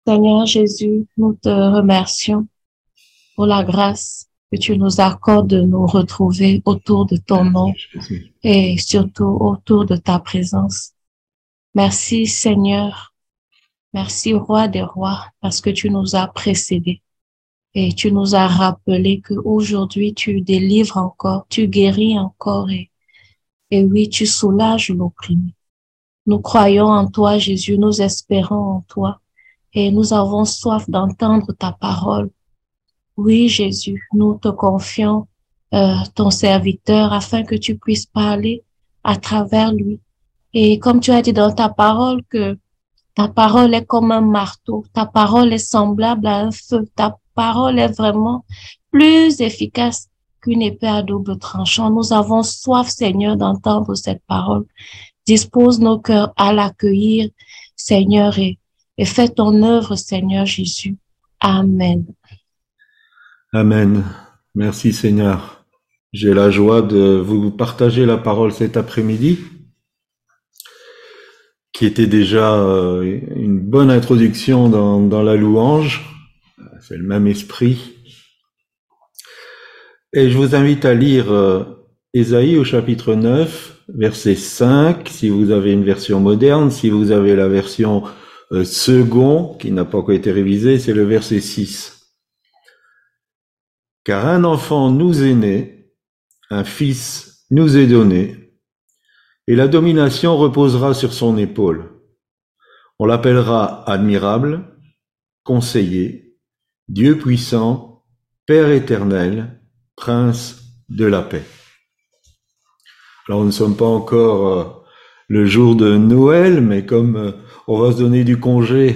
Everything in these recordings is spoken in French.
Seigneur Jésus, nous te remercions pour la grâce que tu nous accordes de nous retrouver autour de ton nom et surtout autour de ta présence. Merci Seigneur, merci Roi des rois, parce que tu nous as précédés et tu nous as rappelé qu'aujourd'hui tu délivres encore, tu guéris encore et oui, tu soulages l'opprimé. Nous croyons en toi Jésus, nous espérons en toi et nous avons soif d'entendre ta parole. Oui, Jésus, nous te confions ton serviteur afin que tu puisses parler à travers lui. Et comme tu as dit dans ta parole que ta parole est comme un marteau, ta parole est semblable à un feu, ta parole est vraiment plus efficace qu'une épée à double tranchant. Nous avons soif, Seigneur, d'entendre cette parole. Dispose nos cœurs à l'accueillir, Seigneur, et fais ton œuvre, Seigneur Jésus. Amen. Amen. Merci Seigneur. J'ai la joie de vous partager la parole cet après-midi, qui était déjà une bonne introduction dans la louange. C'est le même esprit. Et je vous invite à lire Ésaïe au chapitre 9, verset 5, si vous avez une version moderne. Si vous avez la version second, qui n'a pas encore été révisée, c'est le verset 6. Car un enfant nous est né, un fils nous est donné, et la domination reposera sur son épaule. On l'appellera admirable, conseiller, Dieu puissant, Père éternel, Prince de la paix. Alors nous ne sommes pas encore le jour de Noël, mais comme on va se donner du congé,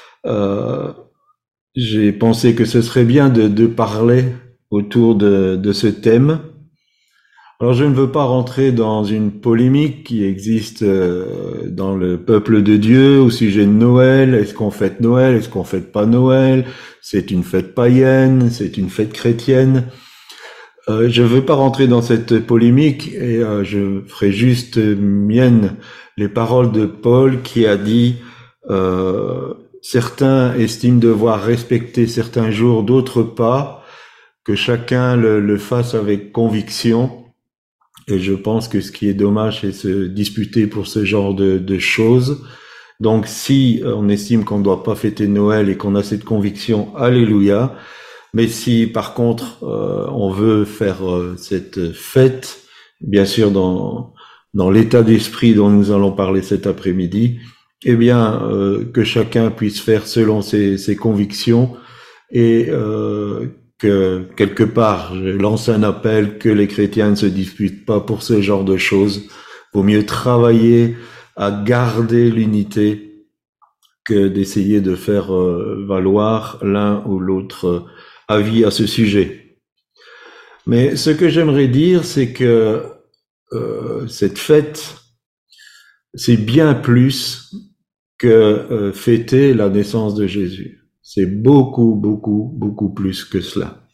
j'ai pensé que ce serait bien de parler autour de ce thème. Alors je ne veux pas rentrer dans une polémique qui existe dans le peuple de Dieu au sujet de Noël. Est-ce qu'on fête Noël? Est-ce qu'on fête pas Noël? C'est une fête païenne? C'est une fête chrétienne? Je ne veux pas rentrer dans cette polémique et je ferai juste mienne les paroles de Paul qui a dit certains estiment devoir respecter certains jours, d'autres pas, que chacun le fasse avec conviction. Et je pense que ce qui est dommage, c'est se disputer pour ce genre de choses. Donc si on estime qu'on ne doit pas fêter Noël et qu'on a cette conviction, alléluia. Mais si par contre on veut faire cette fête, bien sûr dans l'état d'esprit dont nous allons parler cet après-midi, eh bien que chacun puisse faire selon ses convictions et que quelque part je lance un appel que les chrétiens ne se disputent pas pour ce genre de choses. Vaut mieux travailler à garder l'unité que d'essayer de faire valoir l'un ou l'autre avis à ce sujet. Mais ce que j'aimerais dire, c'est que cette fête, c'est bien plus que fêter la naissance de Jésus. C'est beaucoup, beaucoup, beaucoup plus que cela.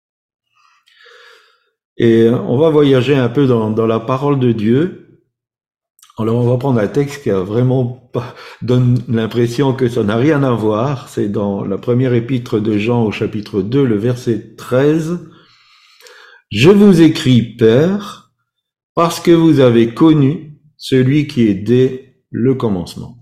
Et on va voyager un peu dans la parole de Dieu. Alors on va prendre un texte qui a vraiment donne l'impression que ça n'a rien à voir. C'est dans la première épître de Jean au chapitre 2, le verset 13. Je vous écris, Père, parce que vous avez connu celui qui est dès le commencement.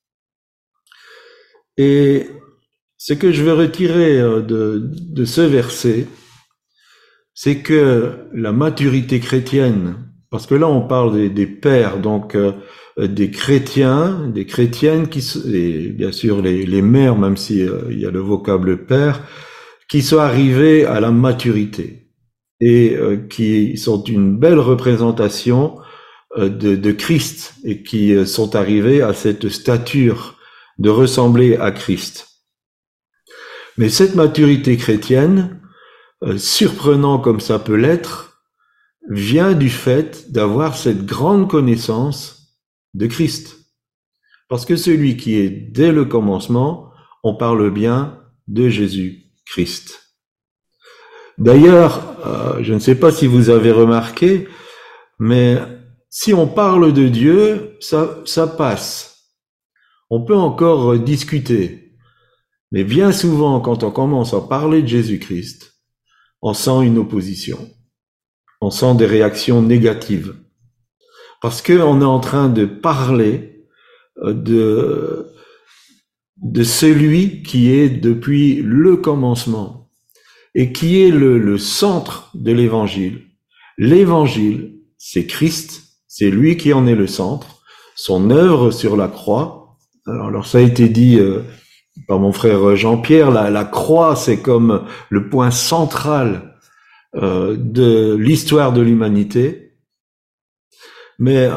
Et ce que je veux retirer de ce verset, c'est que la maturité chrétienne, parce que là on parle des pères, donc des chrétiens, des chrétiennes, et bien sûr les mères, même si il y a le vocable père, qui sont arrivés à la maturité et qui sont une belle représentation de Christ et qui sont arrivés à cette stature de ressembler à Christ. Mais cette maturité chrétienne, surprenant comme ça peut l'être, vient du fait d'avoir cette grande connaissance de Christ. Parce que celui qui est dès le commencement, on parle bien de Jésus-Christ. D'ailleurs, je ne sais pas si vous avez remarqué, mais si on parle de Dieu, ça passe. On peut encore discuter. Mais bien souvent, quand on commence à parler de Jésus-Christ, on sent une opposition. On sent des réactions négatives. Parce qu'on est en train de parler de celui qui est depuis le commencement et qui est le centre de l'évangile. L'évangile, c'est Christ, c'est lui qui en est le centre, son œuvre sur la croix. Alors ça a été dit par mon frère Jean-Pierre, la croix, c'est comme le point central de l'histoire de l'humanité. Mais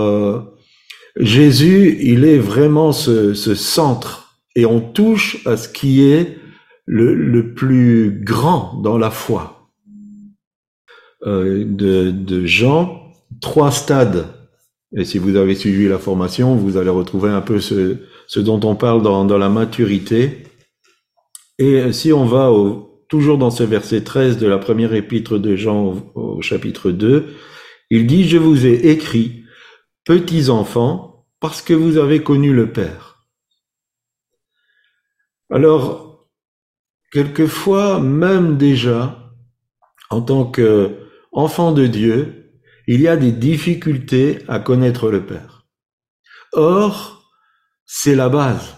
Jésus, il est vraiment ce centre, et on touche à ce qui est le plus grand dans la foi. De Jean, 3 stades. Et si vous avez suivi la formation, vous allez retrouver un peu ce dont on parle dans la maturité. Et si on va toujours dans ce verset 13 de la première épître de Jean au chapitre 2, il dit « Je vous ai écrit, petits enfants, parce que vous avez connu le Père. » Alors, quelquefois, même déjà, en tant qu'enfant de Dieu, il y a des difficultés à connaître le Père. Or, c'est la base.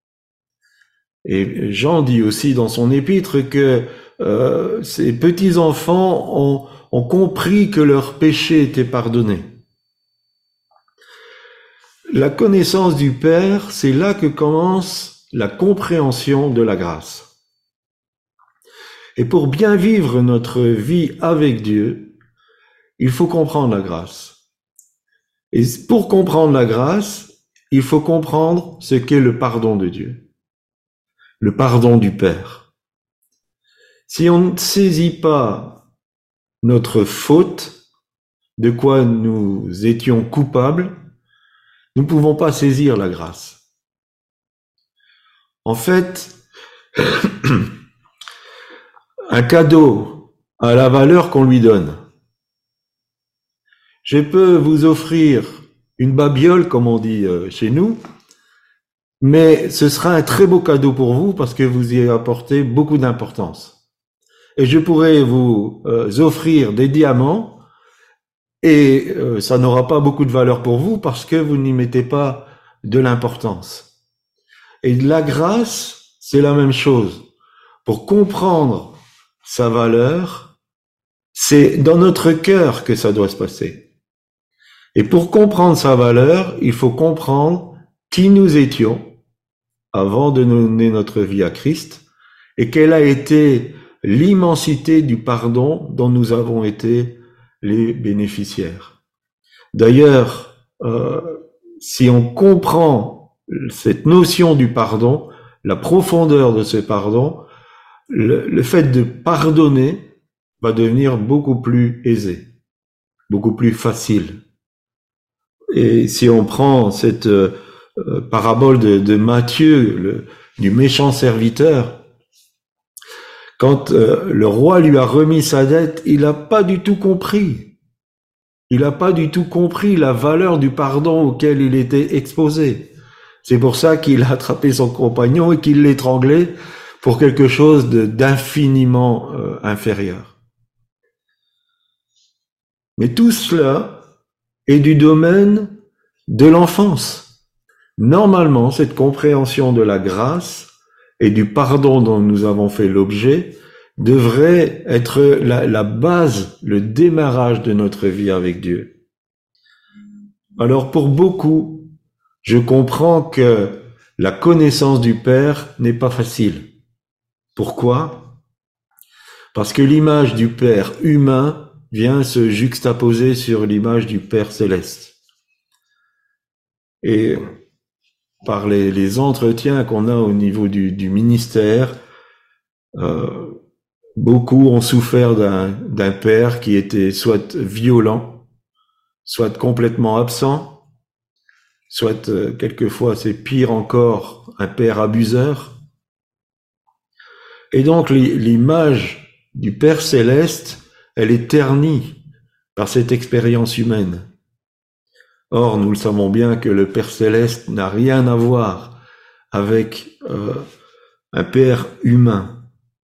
Et Jean dit aussi dans son épître que ces petits-enfants ont compris que leur péché était pardonné. La connaissance du Père, c'est là que commence la compréhension de la grâce. Et pour bien vivre notre vie avec Dieu, il faut comprendre la grâce. Et pour comprendre la grâce, il faut comprendre ce qu'est le pardon de Dieu, le pardon du Père. Si on ne saisit pas notre faute, de quoi nous étions coupables, nous ne pouvons pas saisir la grâce. En fait, un cadeau a la valeur qu'on lui donne. Je peux vous offrir une babiole, comme on dit chez nous, mais ce sera un très beau cadeau pour vous parce que vous y apportez beaucoup d'importance. Et je pourrais vous offrir des diamants et ça n'aura pas beaucoup de valeur pour vous parce que vous n'y mettez pas de l'importance. Et la grâce, c'est la même chose. Pour comprendre sa valeur, c'est dans notre cœur que ça doit se passer. Et pour comprendre sa valeur, il faut comprendre qui nous étions avant de donner notre vie à Christ et quelle a été l'immensité du pardon dont nous avons été les bénéficiaires. D'ailleurs, si on comprend cette notion du pardon, la profondeur de ce pardon, le fait de pardonner va devenir beaucoup plus aisé, beaucoup plus facile. Et si on prend cette parabole de Matthieu, du méchant serviteur, quand le roi lui a remis sa dette, il n'a pas du tout compris. Il n'a pas du tout compris la valeur du pardon auquel il était exposé. C'est pour ça qu'il a attrapé son compagnon et qu'il l'étranglait pour quelque chose d'infiniment inférieur. Mais tout cela est du domaine de l'enfance. Normalement, cette compréhension de la grâce et du pardon dont nous avons fait l'objet devrait être la base, le démarrage de notre vie avec Dieu. Alors pour beaucoup, je comprends que la connaissance du Père n'est pas facile. Pourquoi? Parce que l'image du Père humain vient se juxtaposer sur l'image du Père céleste. Et par les entretiens qu'on a au niveau du ministère, beaucoup ont souffert d'un père qui était soit violent, soit complètement absent, soit quelquefois, c'est pire encore, un père abuseur. Et donc l'image du Père céleste, elle est ternie par cette expérience humaine. Or, nous le savons bien que le Père céleste n'a rien à voir avec un père humain.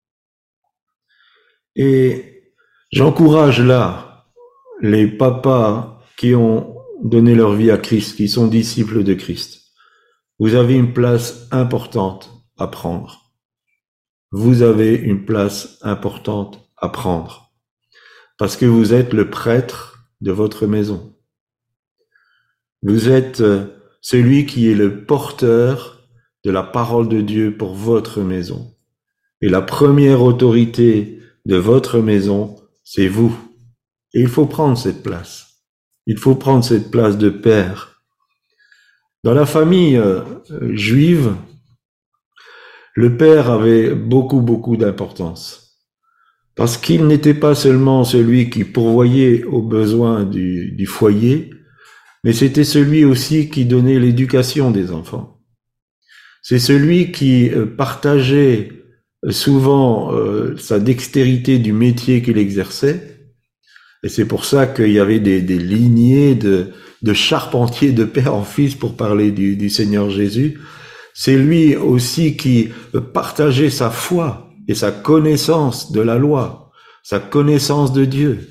Et j'encourage là les papas qui ont donné leur vie à Christ, qui sont disciples de Christ. Vous avez une place importante à prendre. Vous avez une place importante à prendre. Parce que vous êtes le prêtre de votre maison. Vous êtes celui qui est le porteur de la parole de Dieu pour votre maison. Et la première autorité de votre maison, c'est vous. Et il faut prendre cette place. Il faut prendre cette place de père. Dans la famille juive, le père avait beaucoup d'importance. Parce qu'il n'était pas seulement celui qui pourvoyait aux besoins du foyer, mais c'était celui aussi qui donnait l'éducation des enfants. C'est celui qui partageait souvent sa dextérité du métier qu'il exerçait. Et c'est pour ça qu'il y avait des lignées de charpentiers de père en fils pour parler du Seigneur Jésus. C'est lui aussi qui partageait sa foi et sa connaissance de la loi, sa connaissance de Dieu.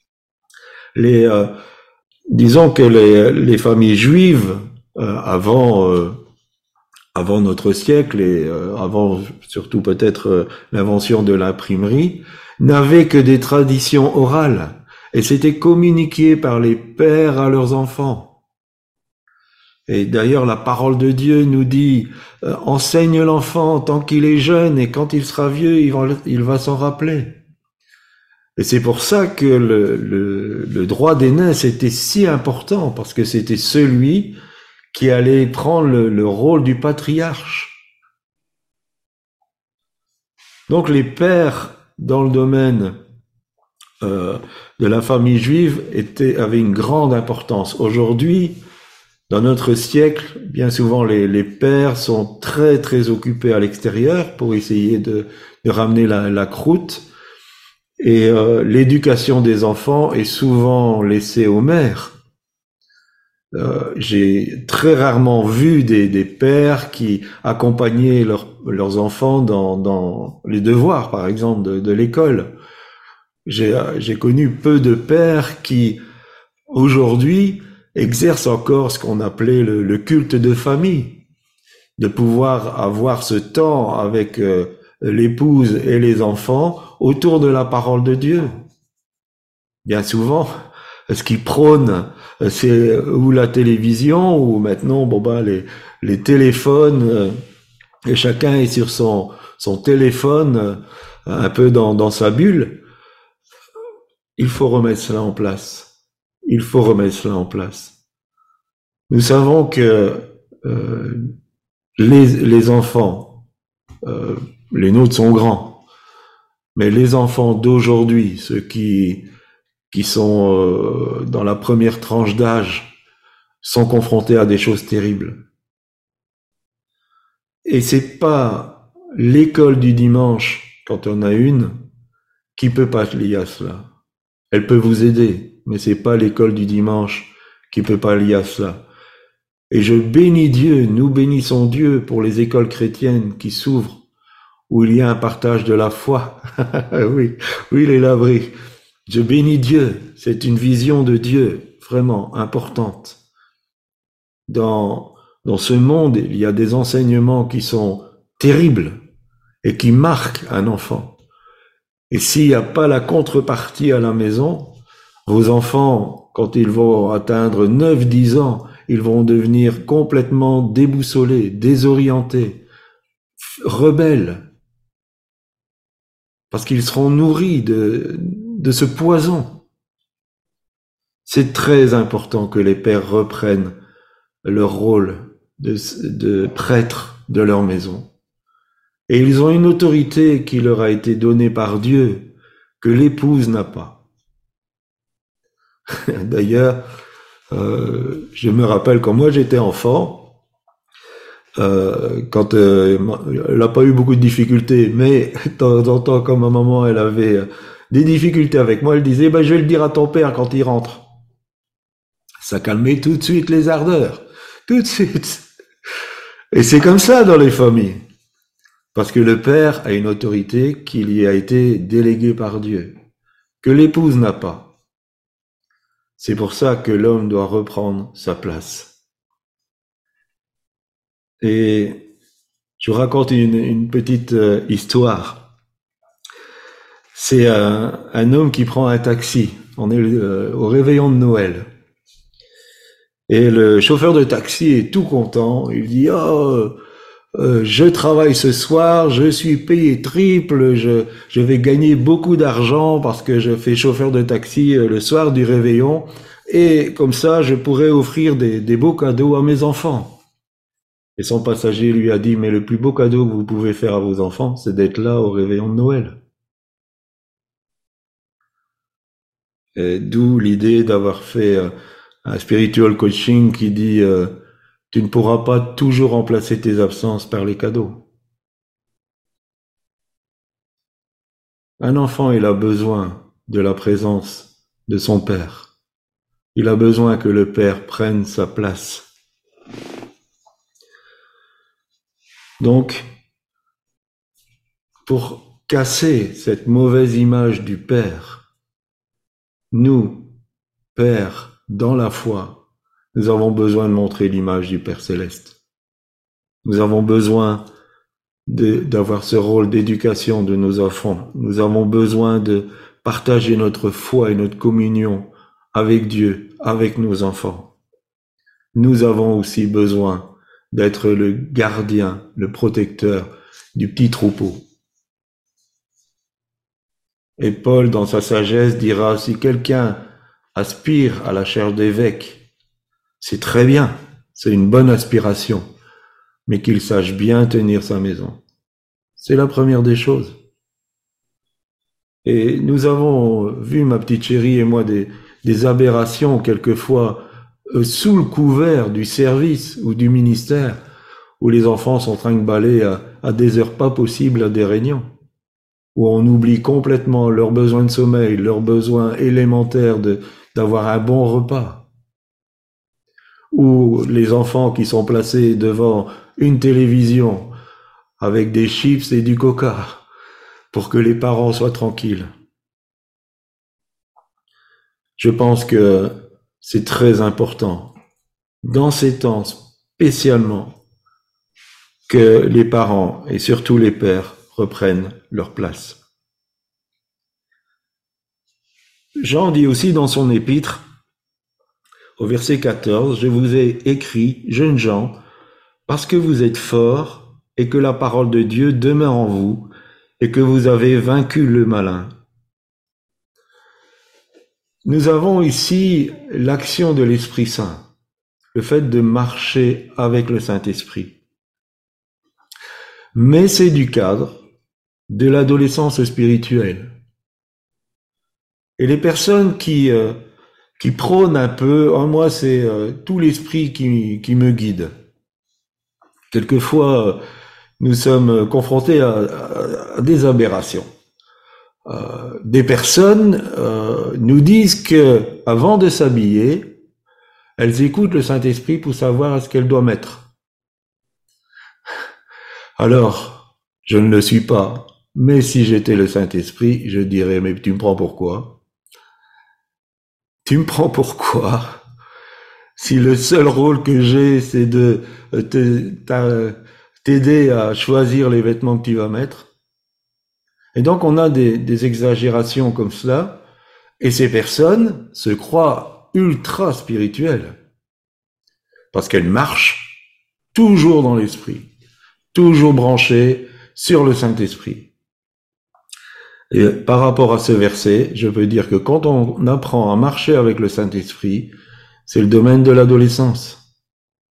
Disons que les familles juives, avant notre siècle et avant surtout peut-être l'invention de l'imprimerie, n'avaient que des traditions orales et c'était communiqué par les pères à leurs enfants. Et d'ailleurs, la parole de Dieu nous dit enseigne l'enfant tant qu'il est jeune et quand il sera vieux, il va s'en rappeler. Et c'est pour ça que le droit d'aînesse était si important, parce que c'était celui qui allait prendre le rôle du patriarche. Donc les pères dans le domaine de la famille juive avaient une grande importance. Aujourd'hui, dans notre siècle, bien souvent les pères sont très occupés à l'extérieur pour essayer de ramener la croûte. Et l'éducation des enfants est souvent laissée aux mères. J'ai très rarement vu des pères qui accompagnaient leurs enfants dans les devoirs, par exemple, de l'école. J'ai connu peu de pères qui, aujourd'hui, exercent encore ce qu'on appelait le culte de famille, de pouvoir avoir ce temps avec l'épouse et les enfants autour de la parole de Dieu. Bien souvent, ce qu'ils prônent, c'est ou la télévision ou maintenant les téléphones, et chacun est sur son téléphone, un peu dans sa bulle. Il faut remettre cela en place. Il faut remettre cela en place. Nous savons que les enfants, les nôtres sont grands, mais les enfants d'aujourd'hui, ceux qui sont dans la première tranche d'âge, sont confrontés à des choses terribles. Et c'est pas l'école du dimanche, quand on a une, qui peut pas lier à cela. Elle peut vous aider, mais c'est pas l'école du dimanche qui peut pas lier à cela. Et je bénis Dieu, nous bénissons Dieu pour les écoles chrétiennes qui s'ouvrent, où il y a un partage de la foi. oui, les labris. Je bénis Dieu, c'est une vision de Dieu vraiment importante. Dans ce monde, il y a des enseignements qui sont terribles et qui marquent un enfant. Et s'il n'y a pas la contrepartie à la maison, vos enfants, quand ils vont atteindre 9-10 ans, ils vont devenir complètement déboussolés, désorientés, rebelles, parce qu'ils seront nourris de ce poison. C'est très important que les pères reprennent leur rôle de prêtre de leur maison. Et ils ont une autorité qui leur a été donnée par Dieu, que l'épouse n'a pas. D'ailleurs, je me rappelle quand moi j'étais enfant, quand elle n'a pas eu beaucoup de difficultés, mais de temps en temps, quand ma maman elle avait des difficultés avec moi, elle disait je vais le dire à ton père quand il rentre. Ça calmait tout de suite les ardeurs, tout de suite. Et c'est comme ça dans les familles. Parce que le père a une autorité qui lui a été déléguée par Dieu, que l'épouse n'a pas. C'est pour ça que l'homme doit reprendre sa place. Et je vous raconte une petite histoire. C'est un homme qui prend un taxi. On est au réveillon de Noël. Et le chauffeur de taxi est tout content. Il dit « Oh, je travaille ce soir, je suis payé triple, je vais gagner beaucoup d'argent parce que je fais chauffeur de taxi le soir du réveillon. Et comme ça, je pourrais offrir des beaux cadeaux à mes enfants. » Et son passager lui a dit, mais le plus beau cadeau que vous pouvez faire à vos enfants, c'est d'être là au réveillon de Noël. D'où l'idée d'avoir fait un spiritual coaching qui dit, tu ne pourras pas toujours remplacer tes absences par les cadeaux. Un enfant, il a besoin de la présence de son père. Il a besoin que le père prenne sa place. Donc, pour casser cette mauvaise image du Père, nous, Père, dans la foi, nous avons besoin de montrer l'image du Père Céleste. Nous avons besoin d'avoir ce rôle d'éducation de nos enfants. Nous avons besoin de partager notre foi et notre communion avec Dieu, avec nos enfants. Nous avons aussi besoin d'être le gardien, le protecteur du petit troupeau. Et Paul, dans sa sagesse, dira, si quelqu'un aspire à la chaire d'évêque, c'est très bien, c'est une bonne aspiration, mais qu'il sache bien tenir sa maison. C'est la première des choses. Et nous avons vu, ma petite chérie et moi, des aberrations quelquefois sous le couvert du service ou du ministère, où les enfants sont trinqueballés à des heures pas possibles à des réunions, où on oublie complètement leurs besoins de sommeil, leurs besoins élémentaires d'avoir un bon repas, ou les enfants qui sont placés devant une télévision avec des chips et du coca pour que les parents soient tranquilles. Je pense que c'est très important, dans ces temps spécialement, que les parents et surtout les pères reprennent leur place. Jean dit aussi dans son épître, au verset 14, « Je vous ai écrit, jeunes gens, parce que vous êtes forts et que la parole de Dieu demeure en vous et que vous avez vaincu le malin. » Nous avons ici l'action de l'Esprit Saint, le fait de marcher avec le Saint-Esprit. Mais c'est du cadre de l'adolescence spirituelle. Et les personnes qui prônent un peu, oh, moi c'est tout l'esprit qui me guide. Quelquefois, nous sommes confrontés à des aberrations. Des personnes nous disent que, avant de s'habiller, elles écoutent le Saint-Esprit pour savoir ce qu'elles doivent mettre. Alors, je ne le suis pas, mais si j'étais le Saint-Esprit, je dirais, mais tu me prends pour quoi ? Tu me prends pour quoi ? Si le seul rôle que j'ai, c'est de t'aider à choisir les vêtements que tu vas mettre. Et donc, on a des exagérations comme cela, et ces personnes se croient ultra spirituelles, parce qu'elles marchent toujours dans l'esprit, toujours branchées sur le Saint-Esprit. Et par rapport à ce verset, je peux dire que quand on apprend à marcher avec le Saint-Esprit, c'est le domaine de l'adolescence.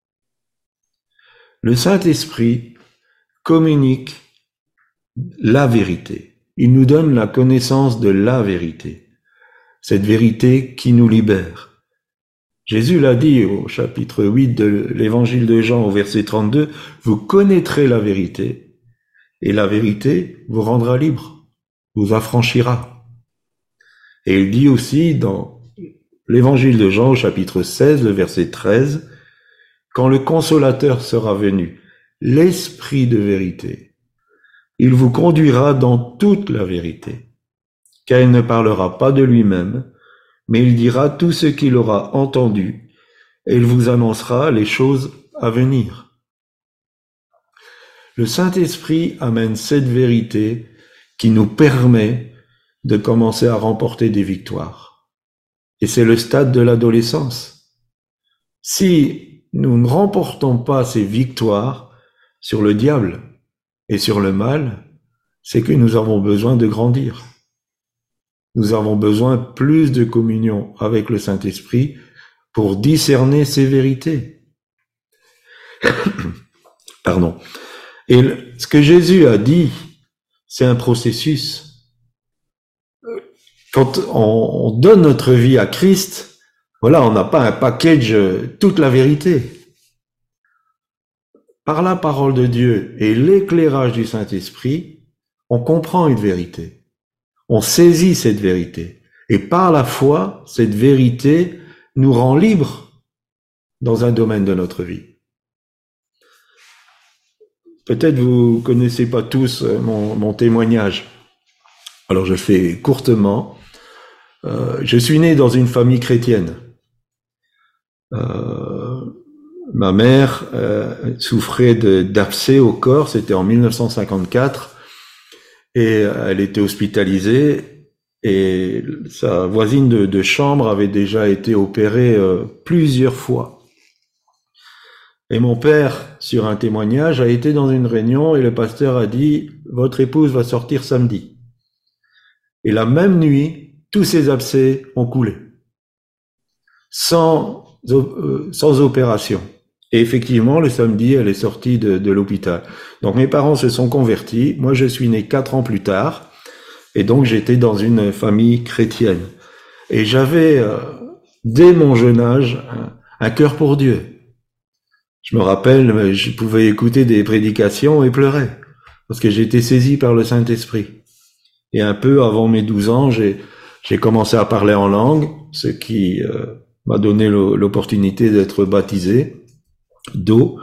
Le Saint-Esprit communique la vérité. Il nous donne la connaissance de la vérité. Cette vérité qui nous libère. Jésus l'a dit au chapitre 8 de l'évangile de Jean au verset 32, « Vous connaîtrez la vérité, et la vérité vous rendra libre, vous affranchira. » Et il dit aussi dans l'évangile de Jean au chapitre 16, le verset 13, « Quand le consolateur sera venu, l'esprit de vérité, Il vous conduira dans toute la vérité, car il ne parlera pas de lui-même, mais il dira tout ce qu'il aura entendu, et il vous annoncera les choses à venir. Le Saint-Esprit amène cette vérité qui nous permet de commencer à remporter des victoires. Et c'est le stade de l'adolescence. Si nous ne remportons pas ces victoires sur le diable et sur le mal, c'est que nous avons besoin de grandir. Nous avons besoin plus de communion avec le Saint-Esprit pour discerner ces vérités. Pardon. Et ce que Jésus a dit, c'est un processus. Quand on donne notre vie à Christ, voilà, on n'a pas un package, toute la vérité. Par la parole de Dieu et l'éclairage du Saint-Esprit, on comprend une vérité. On saisit cette vérité. Et par la foi, cette vérité nous rend libres dans un domaine de notre vie. Peut-être vous connaissez pas tous mon témoignage. Alors je fais courtement. Je suis né dans une famille chrétienne. Ma mère souffrait d'abcès au corps, c'était en 1954, et elle était hospitalisée, et sa voisine de chambre avait déjà été opérée plusieurs fois. Et mon père, sur un témoignage, a été dans une réunion et le pasteur a dit « Votre épouse va sortir samedi ». Et la même nuit, tous ses abcès ont coulé, sans opération. Et effectivement, le samedi, elle est sortie de l'hôpital. Donc mes parents se sont convertis. Moi, je suis né 4 ans plus tard. Et donc, j'étais dans une famille chrétienne. Et j'avais, dès mon jeune âge, un cœur pour Dieu. Je me rappelle, je pouvais écouter des prédications et pleurer. Parce que j'étais saisi par le Saint-Esprit. Et un peu avant mes 12 ans, j'ai commencé à parler en langue, ce qui m'a donné l'opportunité d'être baptisé d'eau.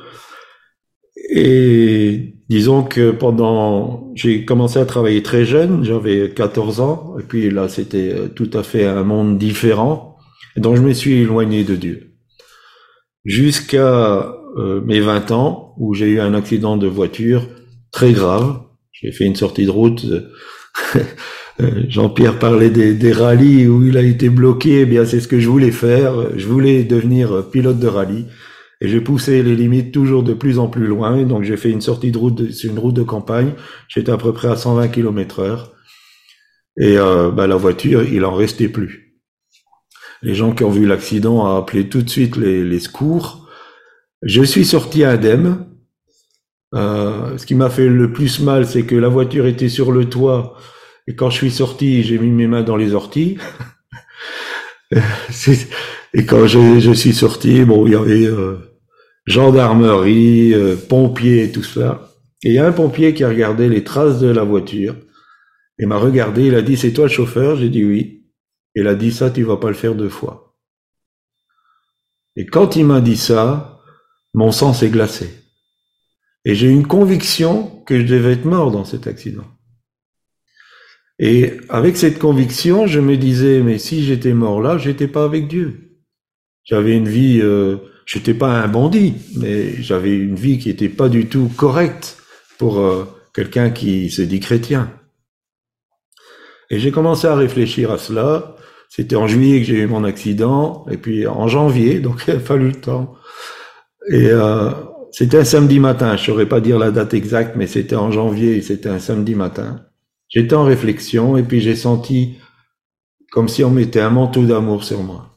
Et disons que j'ai commencé à travailler très jeune, j'avais 14 ans, et puis là c'était tout à fait un monde différent, et donc je me suis éloigné de Dieu. Jusqu'à mes 20 ans, où j'ai eu un accident de voiture très grave. J'ai fait une sortie de route. Jean-Pierre parlait des rallyes où il a été bloqué. Eh bien, c'est ce que je voulais faire. Je voulais devenir pilote de rallye. Et j'ai poussé les limites toujours de plus en plus loin. Et donc, j'ai fait une sortie de route sur une route de campagne. J'étais à peu près à 120 km/h. Et la voiture, il en restait plus. Les gens qui ont vu l'accident ont appelé tout de suite les secours. Je suis sorti indemne. Ce qui m'a fait le plus mal, c'est que la voiture était sur le toit. Et quand je suis sorti, j'ai mis mes mains dans les orties. Et quand je suis sorti, bon, il y avait gendarmerie, pompiers et tout cela. Et il y a un pompier qui a regardé les traces de la voiture et m'a regardé. Il a dit, c'est toi le chauffeur? J'ai dit oui. Il a dit, ça, tu vas pas le faire 2 fois. Et quand il m'a dit ça, mon sang s'est glacé. Et j'ai eu une conviction que je devais être mort dans cet accident. Et avec cette conviction, je me disais, mais si j'étais mort là, j'étais pas avec Dieu. J'avais une vie, j'étais pas un bandit, mais j'avais une vie qui était pas du tout correcte pour quelqu'un qui se dit chrétien. Et j'ai commencé à réfléchir à cela. C'était en juillet que j'ai eu mon accident, et puis en janvier, donc il a fallu le temps. Et c'était un samedi matin, je saurais pas dire la date exacte, mais c'était en janvier, et c'était un samedi matin. J'étais en réflexion, et puis j'ai senti comme si on mettait un manteau d'amour sur moi.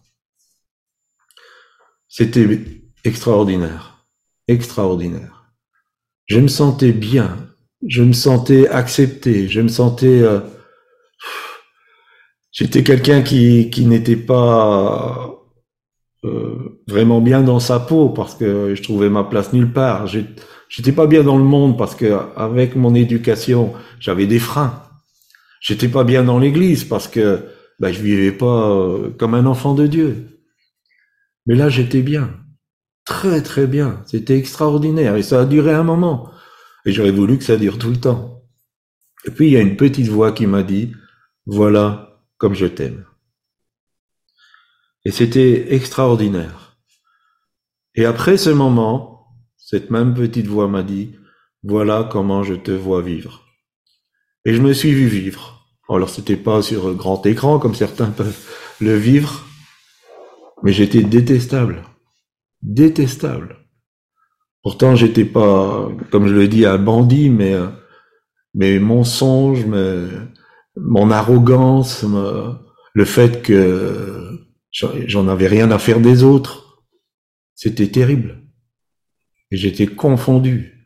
C'était extraordinaire, extraordinaire. Je me sentais bien, je me sentais accepté, je me sentais... j'étais quelqu'un qui n'était pas vraiment bien dans sa peau parce que je trouvais ma place nulle part. J'étais pas bien dans le monde parce que avec mon éducation, j'avais des freins. J'étais pas bien dans l'église parce que je vivais pas comme un enfant de Dieu. Mais là, j'étais bien. Très, très bien. C'était extraordinaire. Et ça a duré un moment. Et j'aurais voulu que ça dure tout le temps. Et puis il y a une petite voix qui m'a dit, voilà comme je t'aime. Et c'était extraordinaire. Et après ce moment, cette même petite voix m'a dit, voilà comment je te vois vivre. Et je me suis vu vivre. Alors c'était pas sur grand écran comme certains peuvent le vivre, mais j'étais détestable. Détestable. Pourtant j'étais pas, comme je le dis, un bandit, mais mes mensonges, mon arrogance, le fait que j'en avais rien à faire des autres, c'était terrible. Et j'étais confondu.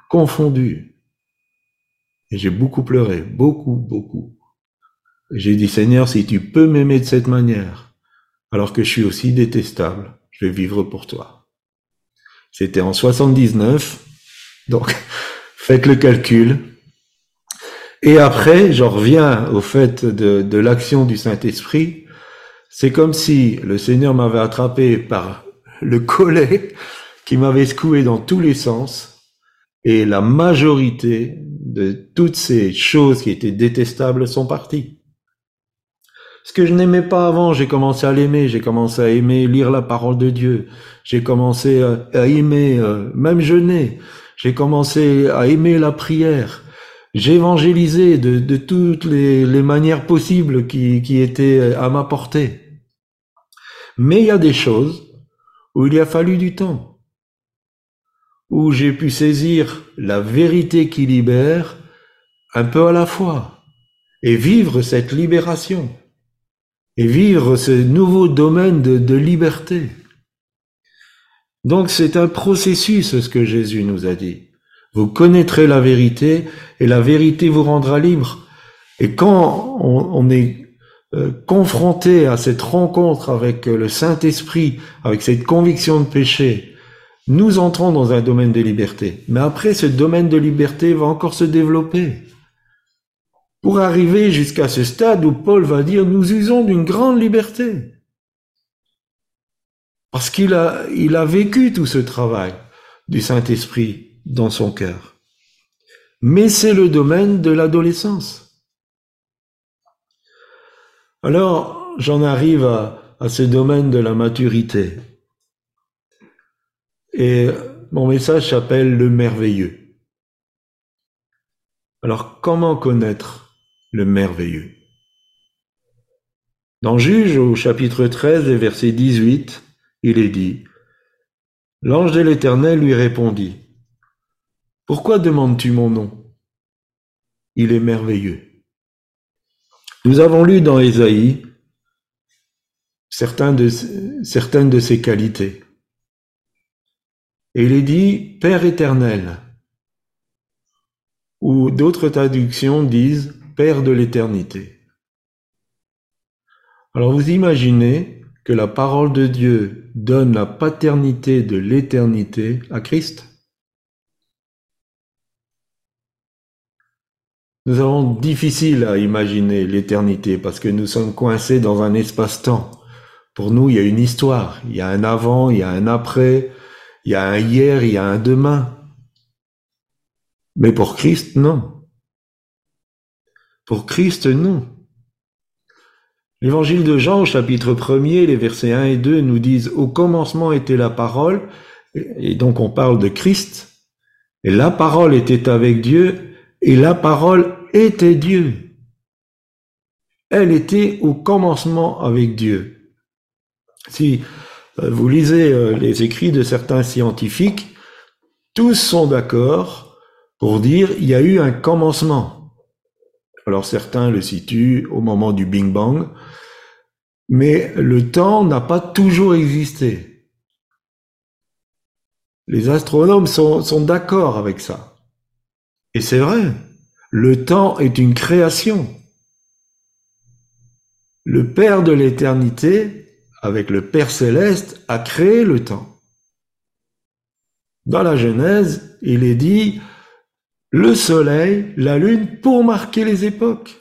Et j'ai beaucoup pleuré, beaucoup. Et j'ai dit, Seigneur, si tu peux m'aimer de cette manière, alors que je suis aussi détestable, je vais vivre pour toi. C'était en 79, donc faites le calcul. Et après, j'en reviens au fait de l'action du Saint-Esprit. C'est comme si le Seigneur m'avait attrapé par le collet, qui m'avait secoué dans tous les sens, et la majorité de toutes ces choses qui étaient détestables sont parties. Ce que je n'aimais pas avant, j'ai commencé à l'aimer, j'ai commencé à aimer lire la parole de Dieu, j'ai commencé à aimer même jeûner, j'ai commencé à aimer la prière, j'ai évangélisé de toutes les manières possibles qui étaient à ma portée. Mais il y a des choses où il a fallu du temps, où j'ai pu saisir la vérité qui libère un peu à la fois et vivre cette libération et vivre ce nouveau domaine de liberté. Donc c'est un processus, ce que Jésus nous a dit. Vous connaîtrez la vérité et la vérité vous rendra libre. Et quand on est confronté à cette rencontre avec le Saint-Esprit, avec cette conviction de péché, nous entrons dans un domaine de liberté. Mais après, ce domaine de liberté va encore se développer. Pour arriver jusqu'à ce stade où Paul va dire, nous usons d'une grande liberté. Parce qu'il a vécu tout ce travail du Saint-Esprit dans son cœur. Mais c'est le domaine de l'adolescence. Alors, j'en arrive à ce domaine de la maturité. Et mon message s'appelle le merveilleux. Alors, comment connaître le merveilleux? Dans Juge, au chapitre 13 et verset 18, il est dit, « L'ange de l'Éternel lui répondit, « Pourquoi demandes-tu mon nom? Il est merveilleux. » Nous avons lu dans Ésaïe certaines de ses qualités. Et il est dit « Père éternel », ou d'autres traductions disent « Père de l'éternité ». Alors vous imaginez que la parole de Dieu donne la paternité de l'éternité à Christ? Nous avons difficile à imaginer l'éternité parce que nous sommes coincés dans un espace-temps. Pour nous, il y a une histoire, il y a un avant, il y a un après, il y a un hier, il y a un demain. Mais pour Christ, non. Pour Christ, non. L'évangile de Jean, au chapitre 1er, les versets 1 et 2 nous disent « Au commencement était la parole », et donc on parle de Christ, et la parole était avec Dieu, et la parole était Dieu. Elle était au commencement avec Dieu. Si vous lisez les écrits de certains scientifiques, tous sont d'accord pour dire il y a eu un commencement. Alors certains le situent au moment du Big Bang, mais le temps n'a pas toujours existé. Les astronomes sont d'accord avec ça. Et c'est vrai, le temps est une création. Le Père de l'éternité, avec le Père céleste, a créé le temps. Dans la Genèse, il est dit le soleil, la lune, pour marquer les époques.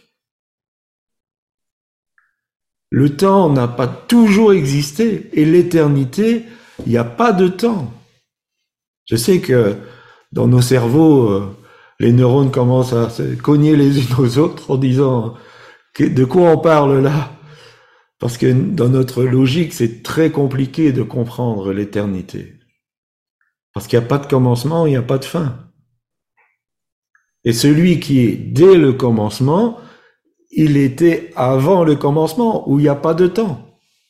Le temps n'a pas toujours existé, et l'éternité, il n'y a pas de temps. Je sais que dans nos cerveaux, les neurones commencent à se cogner les unes aux autres en disant de quoi on parle là? Parce que dans notre logique, c'est très compliqué de comprendre l'éternité. Parce qu'il n'y a pas de commencement, il n'y a pas de fin. Et celui qui est dès le commencement, il était avant le commencement, où il n'y a pas de temps.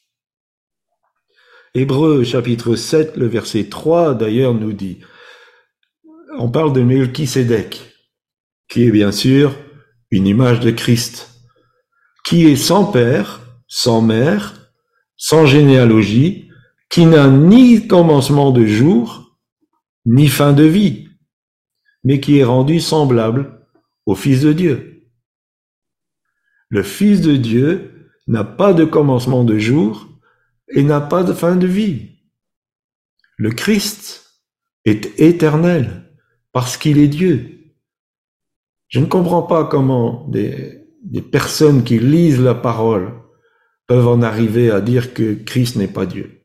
Hébreux chapitre 7, le verset 3 d'ailleurs nous dit, on parle de Melchisédek, qui est bien sûr une image de Christ, qui est sans père, sans mère, sans généalogie, qui n'a ni commencement de jour, ni fin de vie, mais qui est rendu semblable au Fils de Dieu. Le Fils de Dieu n'a pas de commencement de jour et n'a pas de fin de vie. Le Christ est éternel parce qu'il est Dieu. Je ne comprends pas comment des personnes qui lisent la parole peuvent en arriver à dire que Christ n'est pas Dieu.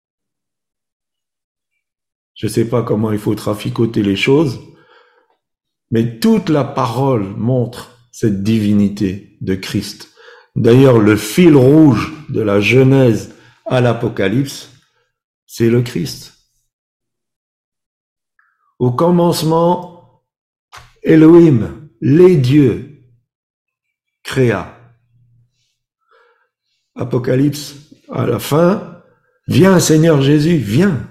Je ne sais pas comment il faut traficoter les choses, mais toute la parole montre cette divinité de Christ. D'ailleurs, le fil rouge de la Genèse à l'Apocalypse, c'est le Christ. Au commencement, Elohim, les dieux, créa. Apocalypse, à la fin, viens Seigneur Jésus, viens.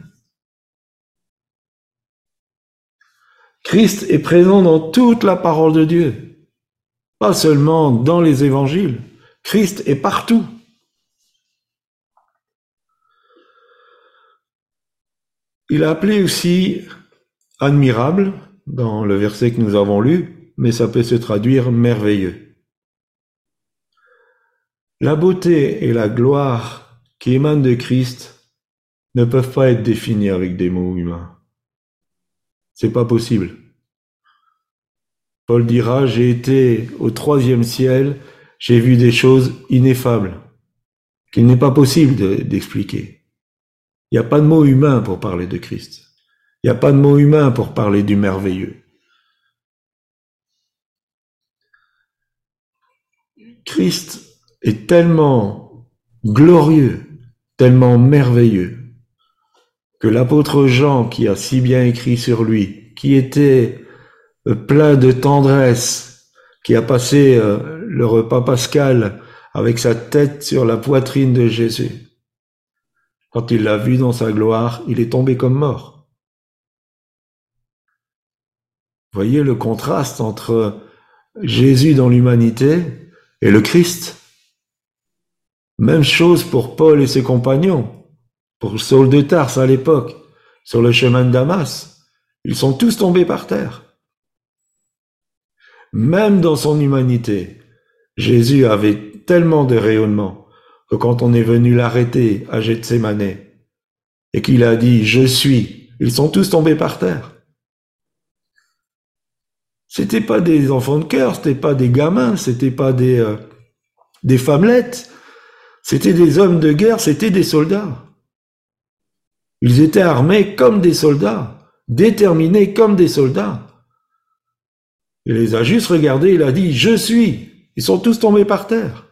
Christ est présent dans toute la parole de Dieu, pas seulement dans les évangiles. Christ est partout. Il a appelé aussi admirable dans le verset que nous avons lu, mais ça peut se traduire merveilleux. La beauté et la gloire qui émanent de Christ ne peuvent pas être définies avec des mots humains. C'est pas possible. Paul dira, j'ai été au 3e ciel, j'ai vu des choses ineffables, qu'il n'est pas possible d'expliquer. Il n'y a pas de mot humain pour parler de Christ. Il n'y a pas de mot humain pour parler du merveilleux. Christ est tellement glorieux, tellement merveilleux, que l'apôtre Jean, qui a si bien écrit sur lui, qui était plein de tendresse, qui a passé le repas pascal avec sa tête sur la poitrine de Jésus, quand il l'a vu dans sa gloire, il est tombé comme mort. Voyez le contraste entre Jésus dans l'humanité et le Christ. Même chose pour Paul et ses compagnons, pour Saul de Tarse à l'époque, sur le chemin de Damas. Ils sont tous tombés par terre. Même dans son humanité, Jésus avait tellement de rayonnement que quand on est venu l'arrêter à Gethsémané et qu'il a dit « Je suis », ils sont tous tombés par terre. C'était pas des enfants de cœur, c'était pas des gamins, c'était pas des femmelettes, c'était des hommes de guerre, c'était des soldats. Ils étaient armés comme des soldats, déterminés comme des soldats. Il les a juste regardés, il a dit « Je suis ». Ils sont tous tombés par terre.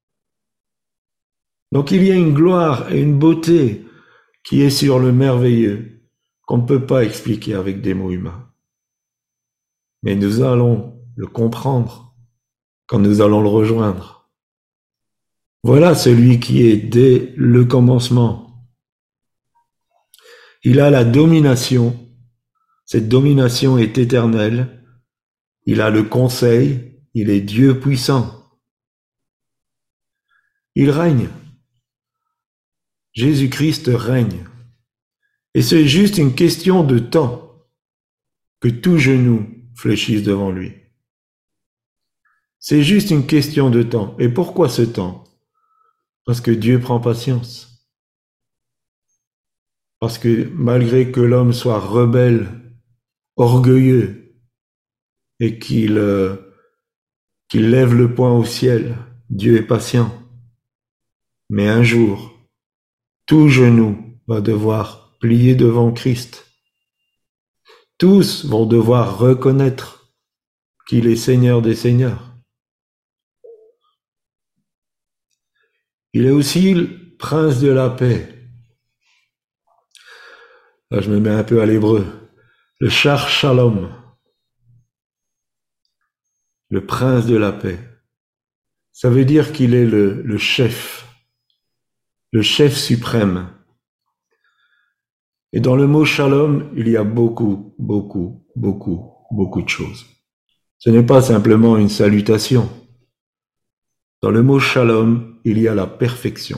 Donc il y a une gloire et une beauté qui est sur le merveilleux, qu'on ne peut pas expliquer avec des mots humains. Mais nous allons le comprendre quand nous allons le rejoindre. Voilà celui qui est dès le commencement. Il a la domination. Cette domination est éternelle. Il a le conseil. Il est Dieu puissant. Il règne. Jésus-Christ règne. Et c'est juste une question de temps que tout genou fléchisse devant lui. C'est juste une question de temps. Et pourquoi ce temps? Parce que Dieu prend patience. Parce que malgré que l'homme soit rebelle, orgueilleux, et qu'il lève le poing au ciel, Dieu est patient. Mais un jour, tout genou va devoir plier devant Christ. Tous vont devoir reconnaître qu'il est Seigneur des Seigneurs. Il est aussi le Prince de la paix. Là, je me mets un peu à l'hébreu. Le Shar Shalom, le Prince de la paix. Ça veut dire qu'il est le chef suprême. Et dans le mot Shalom, il y a beaucoup de choses. Ce n'est pas simplement une salutation. Dans le mot Shalom, il y a la perfection.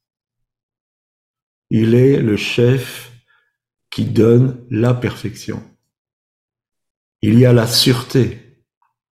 Il est le chef qui donne la perfection. Il y a la sûreté.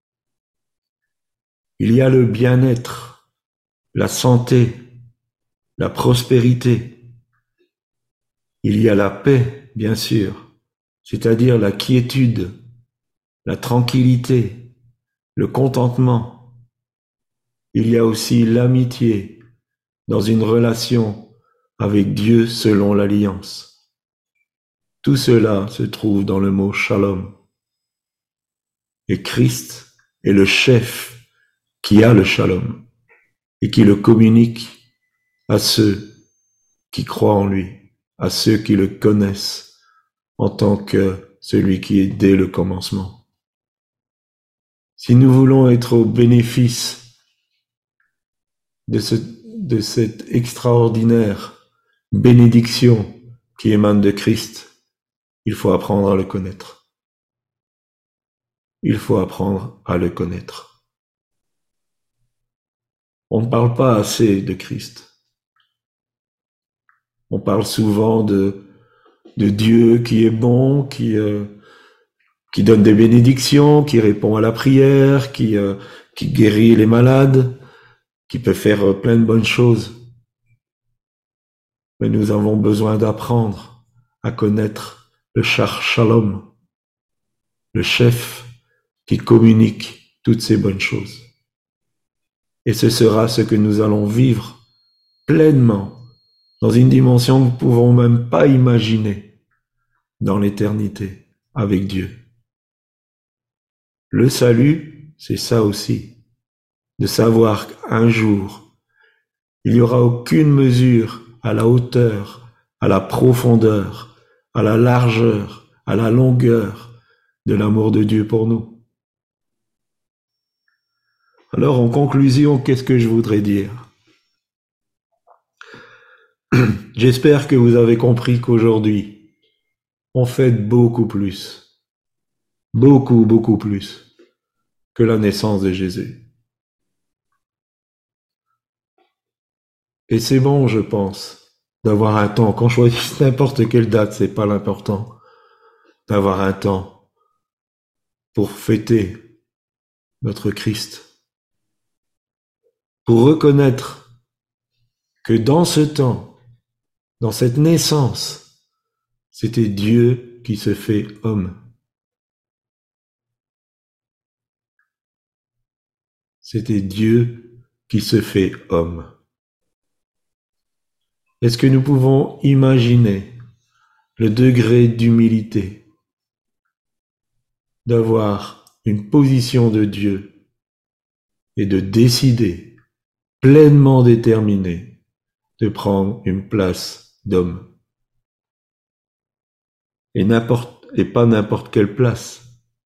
Il y a le bien-être, la santé, la prospérité. Il y a la paix, bien sûr, c'est-à-dire la quiétude, la tranquillité, le contentement. Il y a aussi l'amitié dans une relation avec Dieu selon l'alliance. Tout cela se trouve dans le mot Shalom. Et Christ est le chef qui a le Shalom et qui le communique à ceux qui croient en lui, à ceux qui le connaissent en tant que celui qui est dès le commencement. Si nous voulons être au bénéfice de cette extraordinaire bénédiction qui émane de Christ, il faut apprendre à le connaître. Il faut apprendre à le connaître. On ne parle pas assez de Christ. On parle souvent de Dieu qui est bon, qui donne des bénédictions, qui répond à la prière, qui guérit les malades, qui peut faire plein de bonnes choses. Mais nous avons besoin d'apprendre à connaître le Shar Shalom, le chef qui communique toutes ces bonnes choses. Et ce sera ce que nous allons vivre pleinement dans une dimension que nous ne pouvons même pas imaginer dans l'éternité avec Dieu. Le salut, c'est ça aussi, de savoir qu'un jour, il n'y aura aucune mesure à la hauteur, à la profondeur, à la largeur, à la longueur de l'amour de Dieu pour nous. Alors, en conclusion, qu'est-ce que je voudrais dire ? J'espère que vous avez compris qu'aujourd'hui, on fête beaucoup plus que la naissance de Jésus. Et c'est bon, je pense, d'avoir un temps. Qu'on choisisse n'importe quelle date, c'est pas l'important. D'avoir un temps pour fêter notre Christ. Pour reconnaître que dans ce temps, dans cette naissance, c'était Dieu qui se fait homme. C'était Dieu qui se fait homme. Est-ce que nous pouvons imaginer le degré d'humilité d'avoir une position de Dieu et de décider, pleinement déterminé, de prendre une place d'homme? Et pas n'importe quelle place,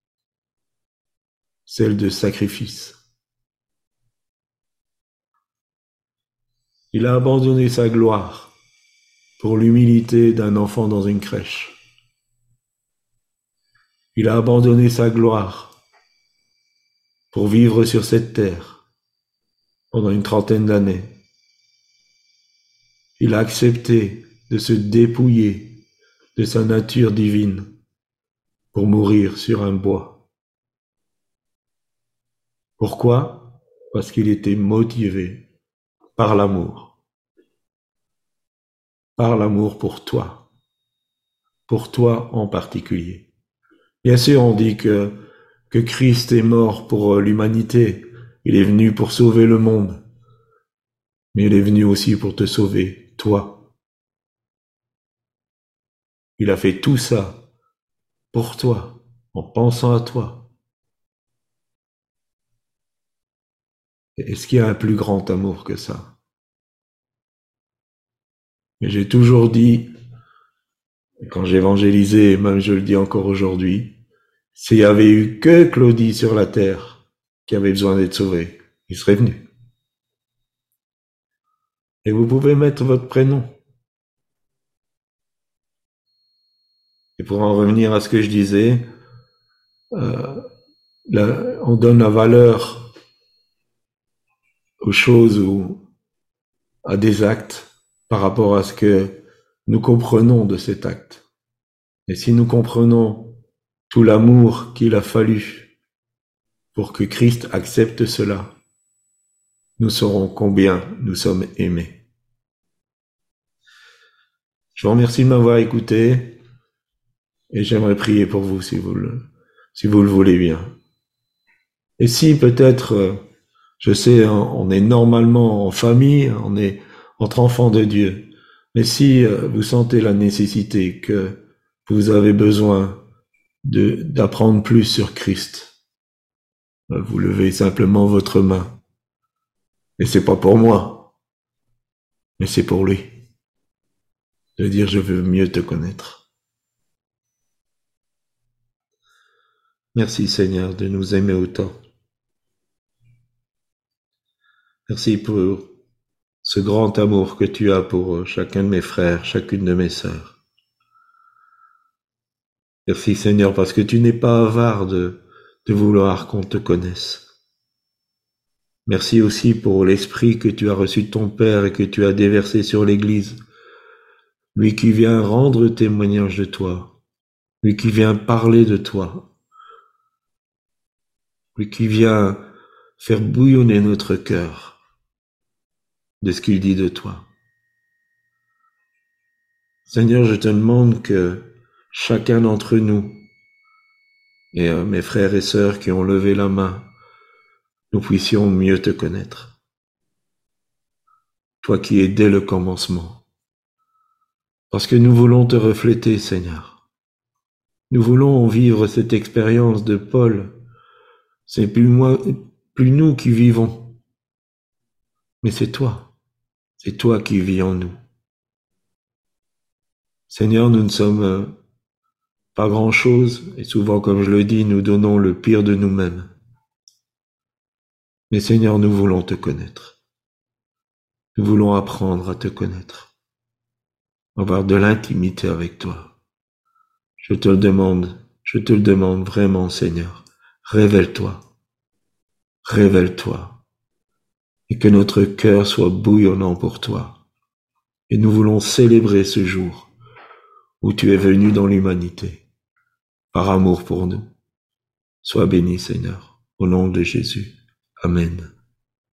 celle de sacrifice. Il a abandonné sa gloire pour l'humilité d'un enfant dans une crèche. Il a abandonné sa gloire pour vivre sur cette terre pendant une 30aine d'années. Il a accepté de se dépouiller de sa nature divine pour mourir sur un bois. Pourquoi ? Parce qu'il était motivé par l'amour. Par l'amour pour toi en particulier. Bien sûr, on dit que Christ est mort pour l'humanité. Il est venu pour sauver le monde. Mais il est venu aussi pour te sauver, toi. Il a fait tout ça pour toi, en pensant à toi. Est-ce qu'il y a un plus grand amour que ça? Et j'ai toujours dit, quand j'évangélisais, et même je le dis encore aujourd'hui, s'il y avait eu que Claudie sur la terre qui avait besoin d'être sauvée, il serait venu. Et vous pouvez mettre votre prénom. Et pour en revenir à ce que je disais, on donne la valeur aux choses ou à des actes par rapport à ce que nous comprenons de cet acte. Et si nous comprenons tout l'amour qu'il a fallu pour que Christ accepte cela, nous saurons combien nous sommes aimés. Je vous remercie de m'avoir écouté et j'aimerais prier pour vous si vous le voulez bien. Et si peut-être, je sais, on est normalement en famille, on est entre enfants de Dieu, mais si vous sentez la nécessité que vous avez besoin d'apprendre plus sur Christ, vous levez simplement votre main. Et c'est pas pour moi, mais c'est pour lui. De dire je veux mieux te connaître. Merci Seigneur de nous aimer autant. Merci pour ce grand amour que tu as pour chacun de mes frères, chacune de mes sœurs. Merci Seigneur parce que tu n'es pas avare de vouloir qu'on te connaisse. Merci aussi pour l'esprit que tu as reçu de ton Père et que tu as déversé sur l'Église. Lui qui vient rendre témoignage de toi, lui qui vient parler de toi, lui qui vient faire bouillonner notre cœur de ce qu'il dit de toi. Seigneur, je te demande que chacun d'entre nous, et mes frères et sœurs qui ont levé la main, nous puissions mieux te connaître. Toi qui es dès le commencement. Parce que nous voulons te refléter, Seigneur. Nous voulons vivre cette expérience de Paul. C'est plus nous qui vivons, mais c'est toi. C'est toi qui vis en nous. Seigneur, nous ne sommes pas grand-chose, et souvent, comme je le dis, nous donnons le pire de nous-mêmes. Mais Seigneur, nous voulons te connaître. Nous voulons apprendre à te connaître, avoir de l'intimité avec toi. Je te le demande vraiment, Seigneur. Révèle-toi, et que notre cœur soit bouillonnant pour toi. Et nous voulons célébrer ce jour où tu es venu dans l'humanité, par amour pour nous. Sois béni, Seigneur, au nom de Jésus. Amen.